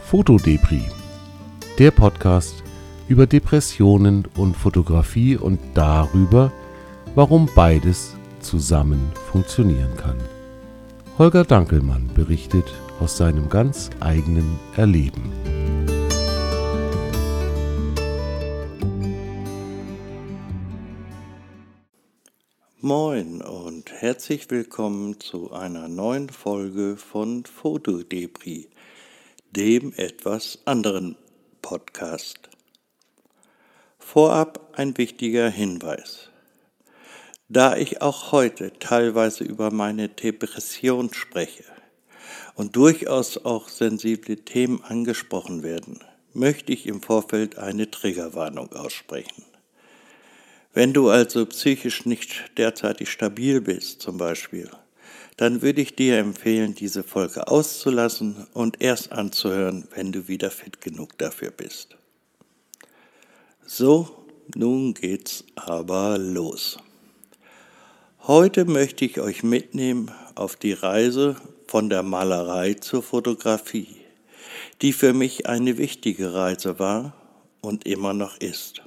Fotodepri, der Podcast über Depressionen und Fotografie und darüber, warum beides zusammen funktionieren kann. Holger Dankelmann berichtet aus seinem ganz eigenen Erleben. Moin und herzlich willkommen zu einer neuen Folge von Fotodepri, dem etwas anderen Podcast. Vorab ein wichtiger Hinweis. Da ich auch heute teilweise über meine Depression spreche und durchaus auch sensible Themen angesprochen werden, möchte ich im Vorfeld eine Triggerwarnung aussprechen. Wenn du also psychisch nicht derzeitig stabil bist zum Beispiel, dann würde ich dir empfehlen, diese Folge auszulassen und erst anzuhören, wenn du wieder fit genug dafür bist. So, nun geht's aber los. Heute möchte ich euch mitnehmen auf die Reise von der Malerei zur Fotografie, die für mich eine wichtige Reise war und immer noch ist.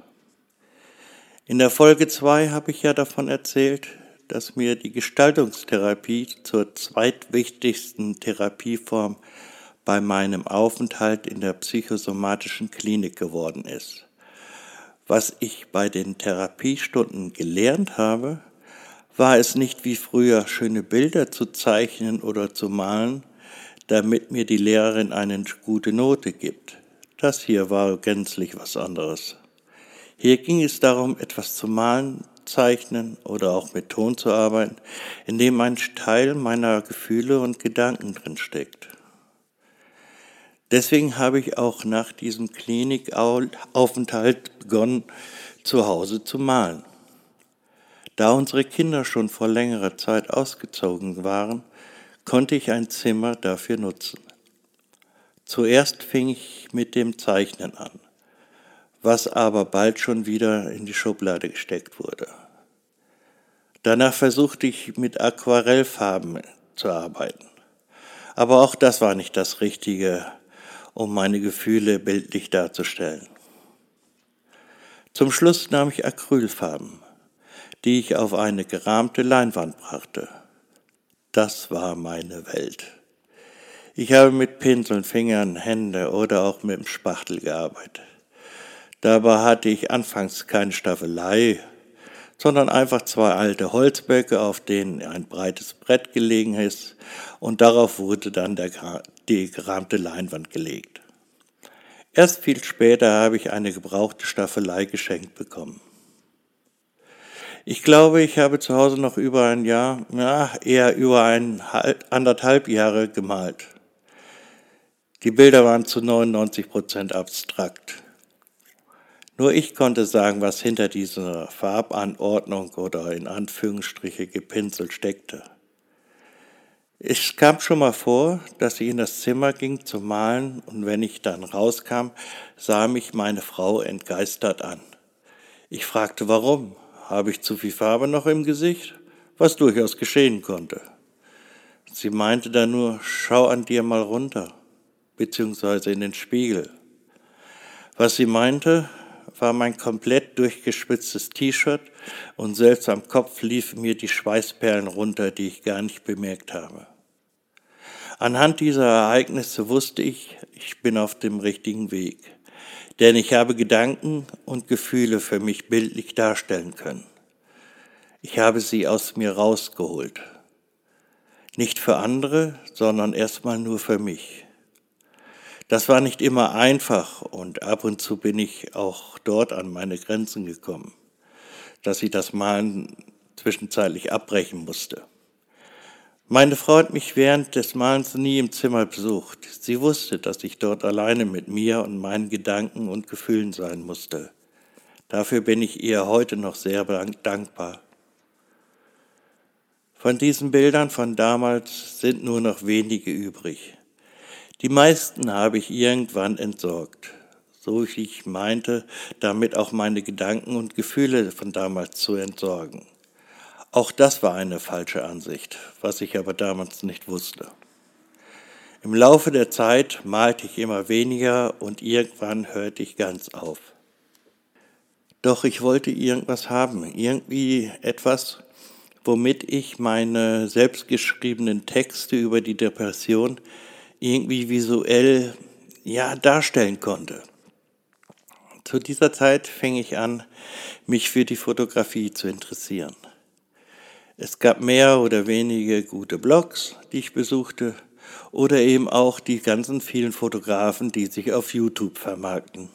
In der Folge 2 habe ich ja davon erzählt, dass mir die Gestaltungstherapie zur zweitwichtigsten Therapieform bei meinem Aufenthalt in der psychosomatischen Klinik geworden ist. Was ich bei den Therapiestunden gelernt habe, war es nicht wie früher schöne Bilder zu zeichnen oder zu malen, damit mir die Lehrerin eine gute Note gibt. Das hier war gänzlich was anderes. Hier ging es darum, etwas zu malen, zeichnen oder auch mit Ton zu arbeiten, in dem ein Teil meiner Gefühle und Gedanken drin steckt. Deswegen habe ich auch nach diesem Klinikaufenthalt begonnen, zu Hause zu malen. Da unsere Kinder schon vor längerer Zeit ausgezogen waren, konnte ich ein Zimmer dafür nutzen. Zuerst fing ich mit dem Zeichnen an, was aber bald schon wieder in die Schublade gesteckt wurde. Danach versuchte ich mit Aquarellfarben zu arbeiten. Aber auch das war nicht das Richtige, um meine Gefühle bildlich darzustellen. Zum Schluss nahm ich Acrylfarben, die ich auf eine gerahmte Leinwand brachte. Das war meine Welt. Ich habe mit Pinseln, Fingern, Hände oder auch mit dem Spachtel gearbeitet. Dabei hatte ich anfangs keine Staffelei, sondern einfach zwei alte Holzböcke, auf denen ein breites Brett gelegen ist, und darauf wurde dann die gerahmte Leinwand gelegt. Erst viel später habe ich eine gebrauchte Staffelei geschenkt bekommen. Ich glaube, ich habe zu Hause noch über ein Jahr, eher über 1,5 Jahre gemalt. Die Bilder waren zu 99% abstrakt. Nur ich konnte sagen, was hinter dieser Farbanordnung oder in Anführungsstriche gepinselt steckte. Es kam schon mal vor, dass ich in das Zimmer ging zum Malen und wenn ich dann rauskam, sah mich meine Frau entgeistert an. Ich fragte, warum? Habe ich zu viel Farbe noch im Gesicht? Was durchaus geschehen konnte. Sie meinte dann nur, schau an dir mal runter, beziehungsweise in den Spiegel. Was sie meinte, war mein komplett durchgeschwitztes T-Shirt und selbst am Kopf liefen mir die Schweißperlen runter, die ich gar nicht bemerkt habe. Anhand dieser Ereignisse wusste ich, ich bin auf dem richtigen Weg, denn ich habe Gedanken und Gefühle für mich bildlich darstellen können. Ich habe sie aus mir rausgeholt. Nicht für andere, sondern erstmal nur für mich. Das war nicht immer einfach und ab und zu bin ich auch dort an meine Grenzen gekommen, dass ich das Malen zwischenzeitlich abbrechen musste. Meine Frau hat mich während des Malens nie im Zimmer besucht. Sie wusste, dass ich dort alleine mit mir und meinen Gedanken und Gefühlen sein musste. Dafür bin ich ihr heute noch sehr dankbar. Von diesen Bildern von damals sind nur noch wenige übrig. Die meisten habe ich irgendwann entsorgt, so wie ich meinte, damit auch meine Gedanken und Gefühle von damals zu entsorgen. Auch das war eine falsche Ansicht, was ich aber damals nicht wusste. Im Laufe der Zeit malte ich immer weniger und irgendwann hörte ich ganz auf. Doch ich wollte irgendwas haben, irgendwie etwas, womit ich meine selbstgeschriebenen Texte über die Depression irgendwie visuell darstellen konnte. Zu dieser Zeit fing ich an, mich für die Fotografie zu interessieren. Es gab mehr oder weniger gute Blogs, die ich besuchte, oder eben auch die ganzen vielen Fotografen, die sich auf YouTube vermarkten.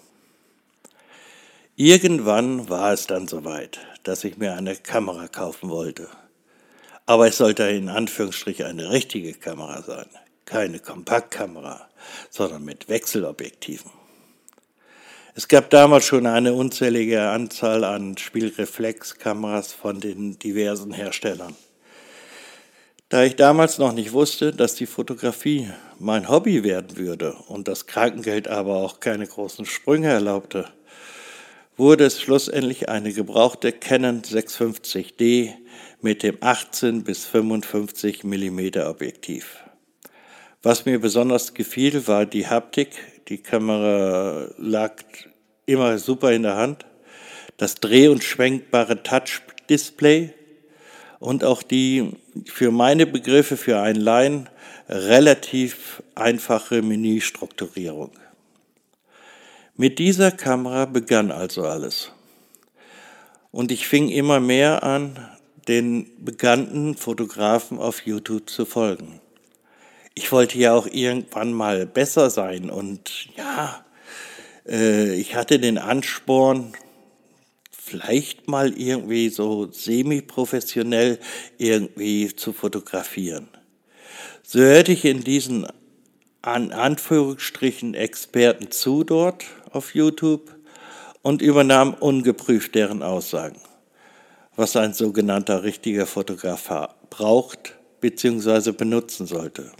Irgendwann war es dann soweit, dass ich mir eine Kamera kaufen wollte. Aber es sollte in Anführungsstrichen eine richtige Kamera sein, keine Kompaktkamera, sondern mit Wechselobjektiven. Es gab damals schon eine unzählige Anzahl an Spiegelreflexkameras von den diversen Herstellern. Da ich damals noch nicht wusste, dass die Fotografie mein Hobby werden würde und das Krankengeld aber auch keine großen Sprünge erlaubte, wurde es schlussendlich eine gebrauchte Canon 650D mit dem 18 bis 55 mm Objektiv. Was mir besonders gefiel, war die Haptik. Die Kamera lag immer super in der Hand. Das dreh- und schwenkbare Touch-Display und auch die für meine Begriffe, für einen Laien, relativ einfache Menüstrukturierung. Mit dieser Kamera begann also alles. Und ich fing immer mehr an, den bekannten Fotografen auf YouTube zu folgen. Ich wollte ja auch irgendwann mal besser sein und ich hatte den Ansporn, vielleicht mal irgendwie so semi-professionell irgendwie zu fotografieren. So hörte ich in diesen Anführungsstrichen Experten zu dort auf YouTube und übernahm ungeprüft deren Aussagen, was ein sogenannter richtiger Fotograf braucht bzw. benutzen sollte.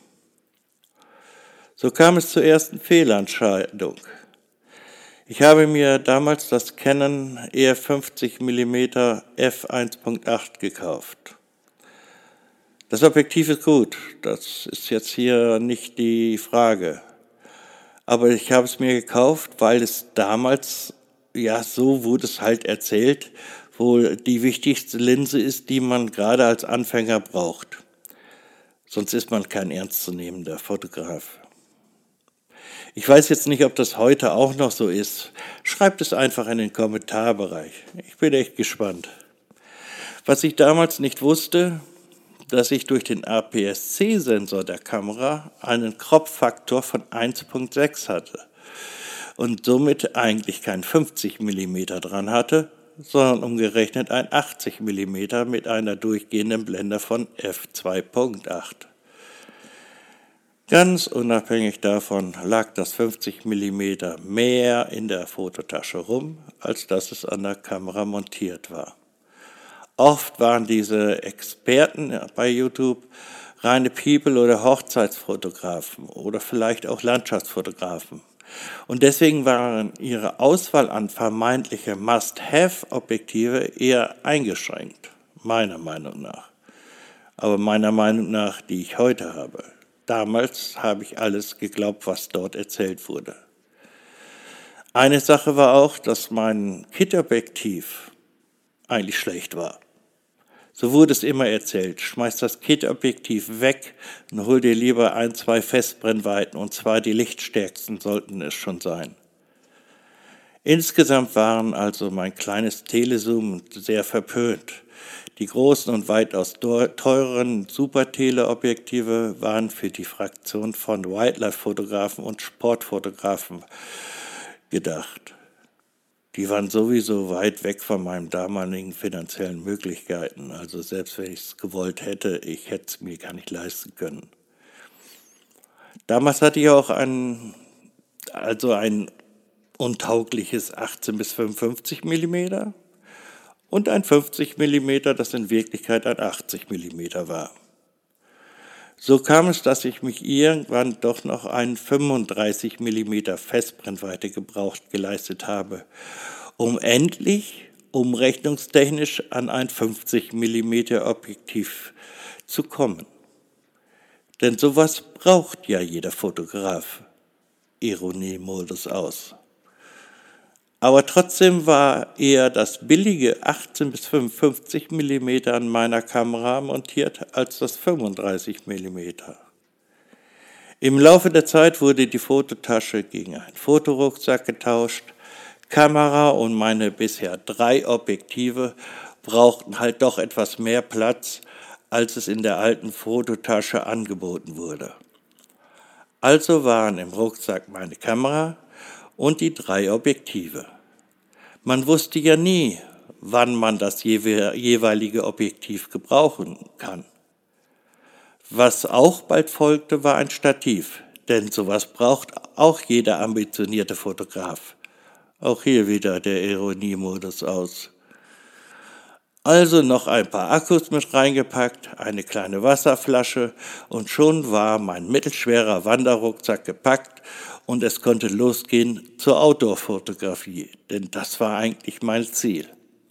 So kam es zur ersten Fehlentscheidung. Ich habe mir damals das Canon EF50 mm f1.8 gekauft. Das Objektiv ist gut, das ist jetzt hier nicht die Frage. Aber ich habe es mir gekauft, weil es damals, so wurde es halt erzählt, wohl die wichtigste Linse ist, die man gerade als Anfänger braucht. Sonst ist man kein ernstzunehmender Fotograf. Ich weiß jetzt nicht, ob das heute auch noch so ist. Schreibt es einfach in den Kommentarbereich. Ich bin echt gespannt. Was ich damals nicht wusste, dass ich durch den APS-C-Sensor der Kamera einen Crop-Faktor von 1,6 hatte und somit eigentlich kein 50 mm dran hatte, sondern umgerechnet ein 80 mm mit einer durchgehenden Blende von f2.8. Ganz unabhängig davon lag das 50 mm mehr in der Fototasche rum, als dass es an der Kamera montiert war. Oft waren diese Experten bei YouTube reine People- oder Hochzeitsfotografen oder vielleicht auch Landschaftsfotografen. Und deswegen waren ihre Auswahl an vermeintliche Must-Have-Objektive eher eingeschränkt, meiner Meinung nach. Aber meiner Meinung nach, die ich heute habe. Damals habe ich alles geglaubt, was dort erzählt wurde. Eine Sache war auch, dass mein Kit-Objektiv eigentlich schlecht war. So wurde es immer erzählt, schmeiß das Kit-Objektiv weg und hol dir lieber 1-2 Festbrennweiten, und zwar die lichtstärksten sollten es schon sein. Insgesamt waren also mein kleines Telezoom sehr verpönt. Die großen und weitaus teureren Super-Teleobjektive waren für die Fraktion von Wildlife-Fotografen und Sportfotografen gedacht. Die waren sowieso weit weg von meinen damaligen finanziellen Möglichkeiten. Also selbst wenn ich es gewollt hätte, ich hätte es mir gar nicht leisten können. Damals hatte ich auch ein untaugliches 18 bis 55 mm und ein 50 mm, das in Wirklichkeit ein 80 mm war. So kam es, dass ich mich irgendwann doch noch einen 35 mm Festbrennweite gebraucht geleistet habe, um endlich umrechnungstechnisch an ein 50 mm Objektiv zu kommen. Denn sowas braucht ja jeder Fotograf. Ironiemodus aus. Aber trotzdem war eher das billige 18 bis 55 mm an meiner Kamera montiert als das 35 mm. Im Laufe der Zeit wurde die Fototasche gegen einen Fotorucksack getauscht. Kamera und meine bisher 3 Objektive brauchten halt doch etwas mehr Platz, als es in der alten Fototasche angeboten wurde. Also waren im Rucksack meine Kamera und die 3 Objektive. Man wusste ja nie, wann man das jeweilige Objektiv gebrauchen kann. Was auch bald folgte, war ein Stativ, denn sowas braucht auch jeder ambitionierte Fotograf. Auch hier wieder der Ironiemodus aus. Also noch ein paar Akkus mit reingepackt, eine kleine Wasserflasche und schon war mein mittelschwerer Wanderrucksack gepackt und es konnte losgehen zur Outdoor-Fotografie, denn das war eigentlich mein Ziel.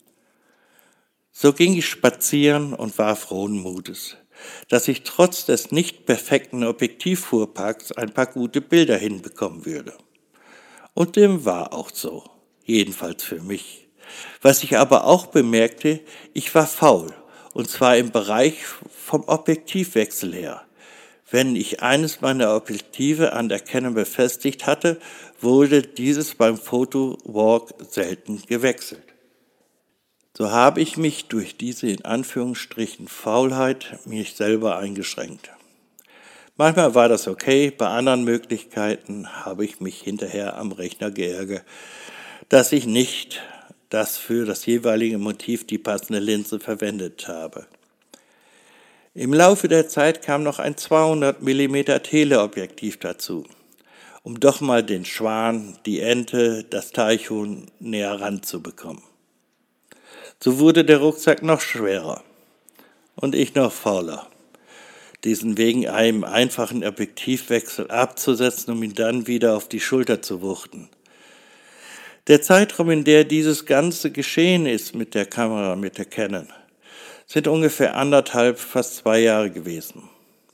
So ging ich spazieren und war frohen Mutes, dass ich trotz des nicht perfekten Objektivfuhrparks ein paar gute Bilder hinbekommen würde. Und dem war auch so, jedenfalls für mich. Was ich aber auch bemerkte, ich war faul, und zwar im Bereich vom Objektivwechsel her. Wenn ich eines meiner Objektive an der Canon befestigt hatte, wurde dieses beim Fotowalk selten gewechselt. So habe ich mich durch diese in Anführungsstrichen Faulheit mich selber eingeschränkt. Manchmal war das okay, bei anderen Möglichkeiten habe ich mich hinterher am Rechner geärgert, dass ich nicht das für das jeweilige Motiv die passende Linse verwendet habe. Im Laufe der Zeit kam noch ein 200 mm Teleobjektiv dazu, um doch mal den Schwan, die Ente, das Teichhuhn näher ranzubekommen. So wurde der Rucksack noch schwerer und ich noch fauler, diesen wegen einem einfachen Objektivwechsel abzusetzen, um ihn dann wieder auf die Schulter zu wuchten. Der Zeitraum, in der dieses Ganze geschehen ist mit der Kamera, mit der Canon, sind ungefähr 1,5, fast 2 Jahre gewesen.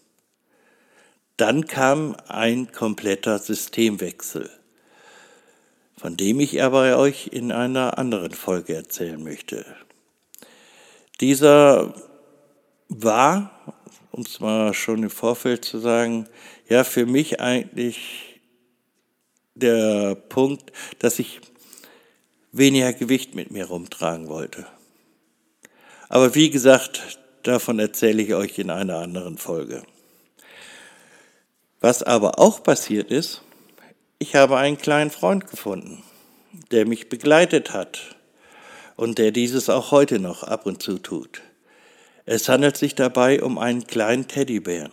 Dann kam ein kompletter Systemwechsel, von dem ich aber euch in einer anderen Folge erzählen möchte. Dieser war, um es mal schon im Vorfeld zu sagen, ja für mich eigentlich der Punkt, dass ich weniger Gewicht mit mir rumtragen wollte. Aber wie gesagt, davon erzähle ich euch in einer anderen Folge. Was aber auch passiert ist, ich habe einen kleinen Freund gefunden, der mich begleitet hat und der dieses auch heute noch ab und zu tut. Es handelt sich dabei um einen kleinen Teddybären.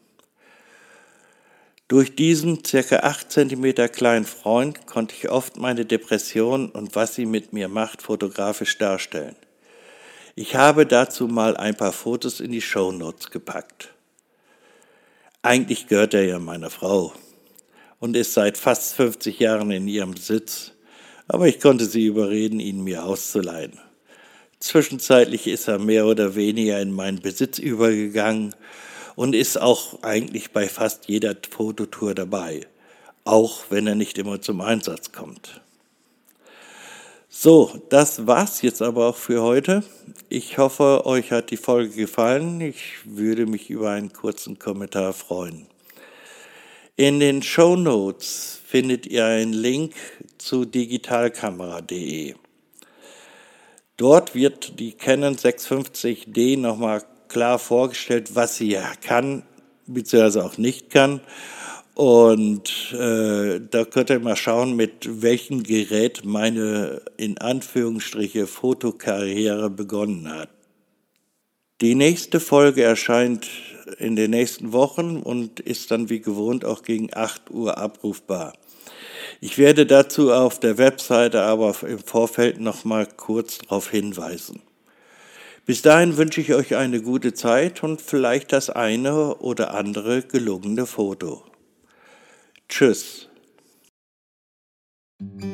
Durch diesen ca. 8 cm kleinen Freund konnte ich oft meine Depression und was sie mit mir macht, fotografisch darstellen. Ich habe dazu mal ein paar Fotos in die Shownotes gepackt. Eigentlich gehört er ja meiner Frau und ist seit fast 50 Jahren in ihrem Besitz, aber ich konnte sie überreden, ihn mir auszuleihen. Zwischenzeitlich ist er mehr oder weniger in meinen Besitz übergegangen und ist auch eigentlich bei fast jeder Fototour dabei, auch wenn er nicht immer zum Einsatz kommt. So, das war's jetzt aber auch für heute. Ich hoffe, euch hat die Folge gefallen. Ich würde mich über einen kurzen Kommentar freuen. In den Shownotes findet ihr einen Link zu digitalkamera.de. Dort wird die Canon 650D nochmal klar vorgestellt, was sie ja kann, beziehungsweise auch nicht kann. Und da könnt ihr mal schauen, mit welchem Gerät meine, in Anführungsstriche, Fotokarriere begonnen hat. Die nächste Folge erscheint in den nächsten Wochen und ist dann wie gewohnt auch gegen 8 Uhr abrufbar. Ich werde dazu auf der Webseite aber im Vorfeld noch mal kurz darauf hinweisen. Bis dahin wünsche ich euch eine gute Zeit und vielleicht das eine oder andere gelungene Foto. Tschüss.